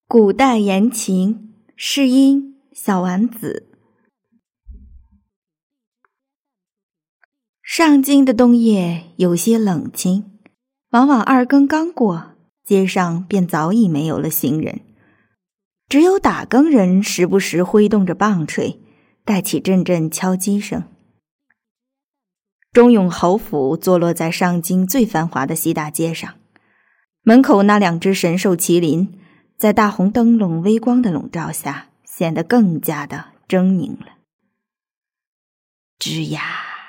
古代言情，试音小丸子。上京的冬夜有些冷清，往往2更刚过，街上便早已没有了行人，只有打更人时不时挥动着棒槌，带起阵阵敲击声。忠永侯府坐落在上京最繁华的西大街上，门口那2只神兽麒麟在大红灯笼微光的笼罩下，显得更加的狰狞了。吱呀，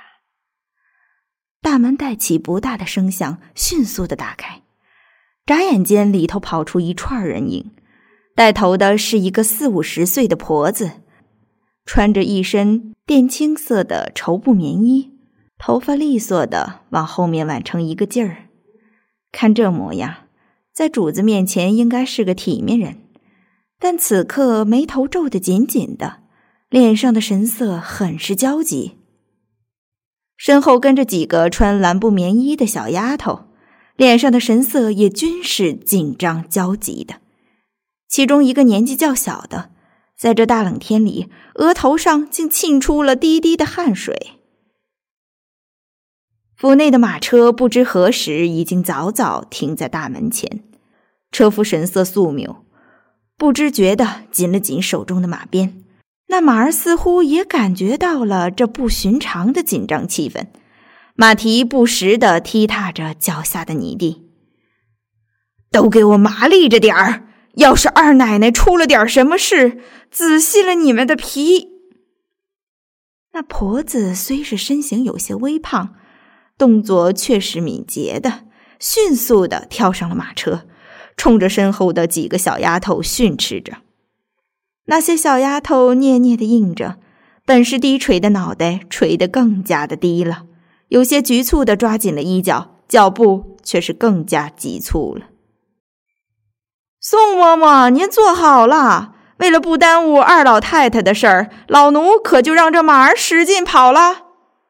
大门带起不大的声响，迅速地打开。眨眼间，里头跑出一串人影，带头的是一个40-50岁的婆子，穿着一身靛青色的绸布棉衣，头发利索的往后面挽成一个劲儿。看这模样，在主子面前应该是个体面人，但此刻眉头皱得紧紧的，脸上的神色很是焦急。身后跟着几个穿蓝布棉衣的小丫头，脸上的神色也均是紧张焦急的。其中一个年纪较小的，在这大冷天里，额头上竟沁出了滴滴的汗水。府内的马车不知何时已经早早停在大门前，车夫神色肃穆，不知觉地紧了紧手中的马鞭。那马儿似乎也感觉到了这不寻常的紧张气氛，马蹄不时地踢踏着脚下的泥地。都给我麻利着点儿，要是二奶奶出了点什么事，仔细了你们的皮。那婆子虽是身形有些微胖，动作却是敏捷的，迅速地跳上了马车，冲着身后的几个小丫头训斥着。那些小丫头嗫嗫地应着，本是低垂的脑袋垂得更加的低了，有些局促地抓紧了衣角，脚步却是更加急促了。宋嬷嬷，您坐好了，为了不耽误二老太太的事儿，老奴可就让这马儿使劲跑了。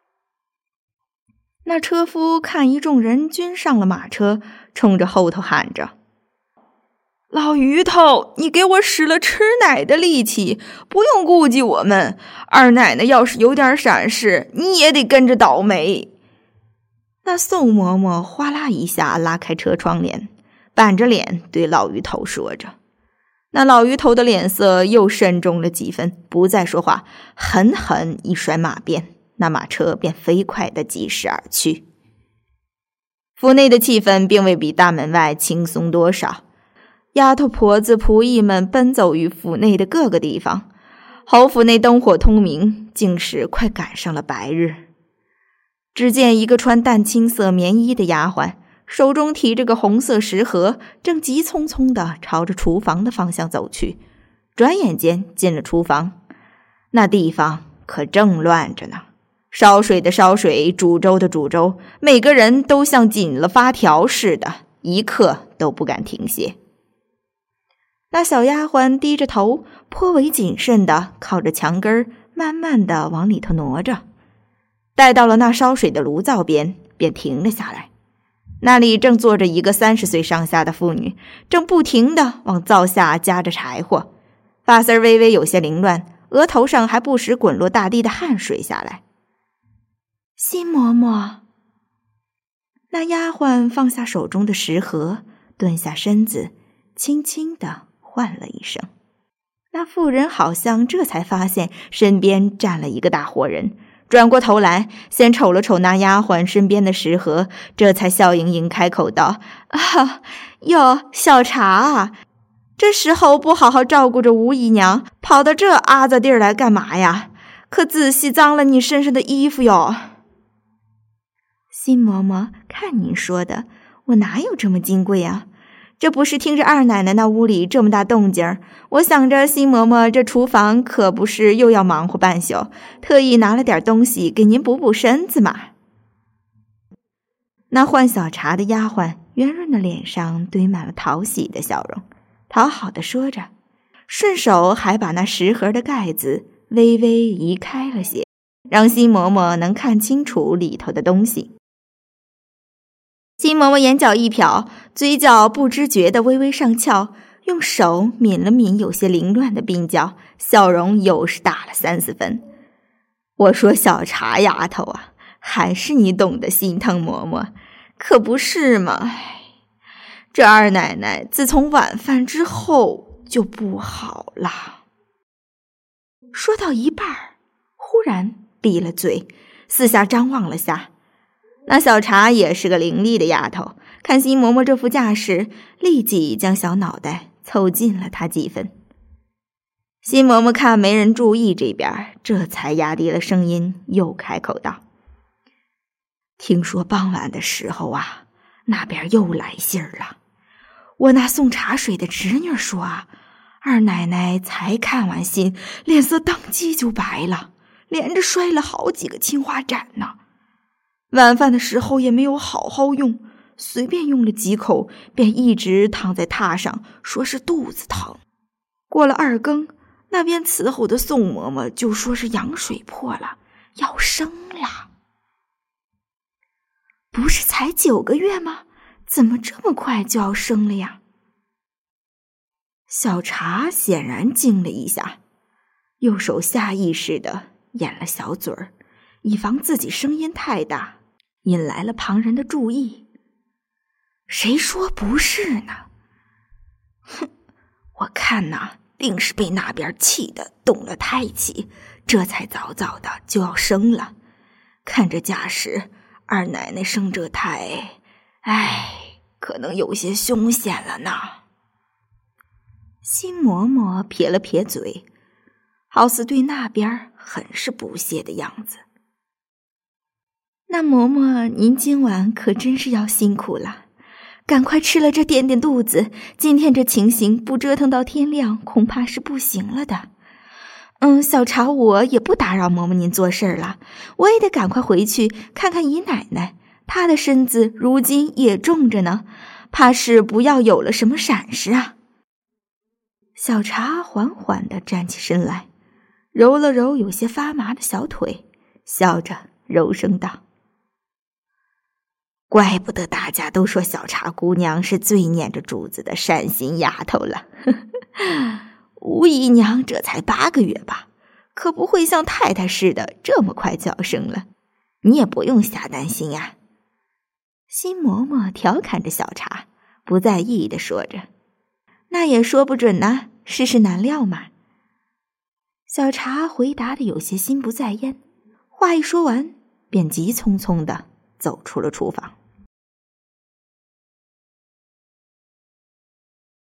那车夫看一众人均上了马车，冲着后头喊着：老于头，你给我使了吃奶的力气，不用顾忌我们，二奶奶要是有点闪失，你也得跟着倒霉。那宋嬷嬷哗啦一下拉开车窗帘，板着脸对老于头说着。那老于头的脸色又深重了几分，不再说话，狠狠一甩马鞭，那马车便飞快地疾驶而去。府内的气氛并未比大门外轻松多少，丫头婆子仆役们奔走于府内的各个地方，侯府内灯火通明，竟是快赶上了白日。只见一个穿淡青色棉衣的丫鬟，手中提着个红色食盒，正急匆匆地朝着厨房的方向走去，转眼间进了厨房。那地方可正乱着呢，烧水的烧水，煮粥的煮粥，每个人都像紧了发条似的，一刻都不敢停歇。那小丫鬟低着头，颇为谨慎地靠着墙根，慢慢地往里头挪着。待到了那烧水的炉灶边，便停了下来。那里正坐着一个30岁上下的妇女，正不停地往灶下夹着柴火，发丝微微有些凌乱，额头上还不时滚落大滴的汗水下来。新嬷嬷。那丫鬟放下手中的食盒，蹲下身子，轻轻地唤了一声。那妇人好像这才发现身边站了一个大活人，转过头来，先瞅了瞅那丫鬟身边的食盒，这才笑盈盈开口道：哟，小茶啊，这时候不好好照顾着吴姨娘，跑到这阿杂地儿来干嘛呀？可仔细脏了你身上的衣服哟。新嬷嬷，看您说的，我哪有这么金贵啊？这不是听着二奶奶那屋里这么大动静儿，我想着新嬷嬷这厨房可不是又要忙活半宿，特意拿了点东西给您补补身子嘛。那换小茶的丫鬟圆润的脸上堆满了讨喜的笑容，讨好的说着，顺手还把那食盒的盖子微微移开了些，让新嬷嬷能看清楚里头的东西。新嬷嬷眼角一瞟，嘴角不知觉地微微上翘， 用手抿了抿有些凌乱的鬓角，笑容又是大了3-4分。我说小茶丫头啊，还是你懂得心疼嬷嬷，可不是吗？这二奶奶自从晚饭之后就不好了。说到一半，忽然闭了嘴，四下张望了下。那小茶也是个伶俐的丫头，看新嬷嬷这副架势，立即将小脑袋凑近了她几分。新嬷嬷看没人注意这边，这才压低了声音，又开口道：听说傍晚的时候啊，那边又来信儿了。我那送茶水的侄女说啊，二奶奶才看完信，脸色当即就白了，连着摔了好几个青花盏呢。晚饭的时候也没有好好用，随便用了几口，便一直躺在榻上，说是肚子疼。过了2更，那边伺候的宋嬷嬷就说是羊水破了，要生了。不是才9个月吗？怎么这么快就要生了呀？小茶显然惊了一下，右手下意识地掩了小嘴儿，以防自己声音太大，引来了旁人的注意。谁说不是呢？哼，我看呐，定是被那边气得动了胎气，这才早早的就要生了。看这架势，二奶奶生这胎，可能有些凶险了呢。新嬷嬷撇了撇嘴，好似对那边很是不屑的样子。那嬷嬷，您今晚可真是要辛苦了，赶快吃了这垫垫肚子，今天这情形不折腾到天亮，恐怕是不行了的。小茶我也不打扰嬷嬷您做事了，我也得赶快回去看看姨奶奶，她的身子如今也重着呢，怕是不要有了什么闪失啊。小茶缓缓地站起身来，揉了揉有些发麻的小腿，笑着柔声道：怪不得大家都说小茶姑娘是最念着主子的善心丫头了。吴姨娘这才8个月吧，可不会像太太似的这么快就要生了，你也不用瞎担心呀。新嬷嬷调侃着小茶，不在意地说着：那也说不准呢，世事难料嘛。小茶回答的有些心不在焉，话一说完，便急匆匆地走出了厨房。